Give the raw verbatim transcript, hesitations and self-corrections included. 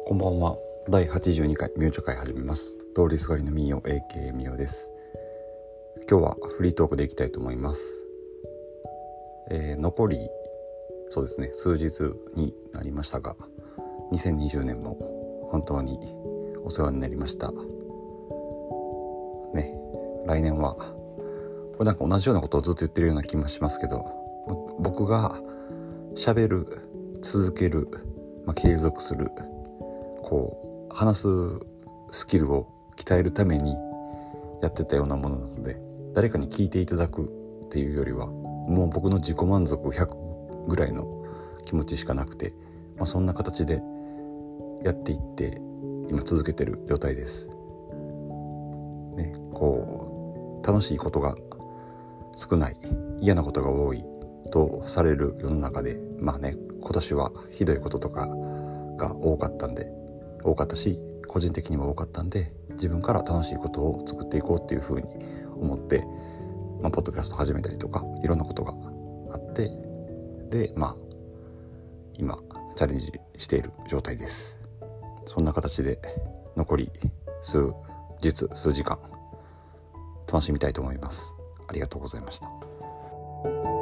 こんばんは。だいはちじゅうにかいミューチョ会始めます。通りすがりの民謡 エーケー ミヨです。今日はフリートークでいきたいと思います。えー、残りそうですね数日になりましたが、にせんにじゅうねんも本当にお世話になりましたね。来年はこれなんか同じようなことをずっと言ってるような気もしますけど、僕が喋る、続ける、まあ、継続する、こう話すスキルを鍛えるためにやってたようなものなので、誰かに聞いていただくっていうよりはもう僕の自己満足ひゃくぐらいの気持ちしかなくて、まあ、そんな形でやっていって今続けてる状態です、ね、こう楽しいことが少ない、嫌なことが多いとされる世の中で、まあね、今年はひどいこととかが多かったんで多かったし個人的にも多かったんで、自分から楽しいことを作っていこうっていうふうに思って、まあ、ポッドキャスト始めたりとかいろんなことがあって、でまあ今チャレンジしている状態です。そんな形で残り数日数時間楽しみたいと思います。ありがとうございました。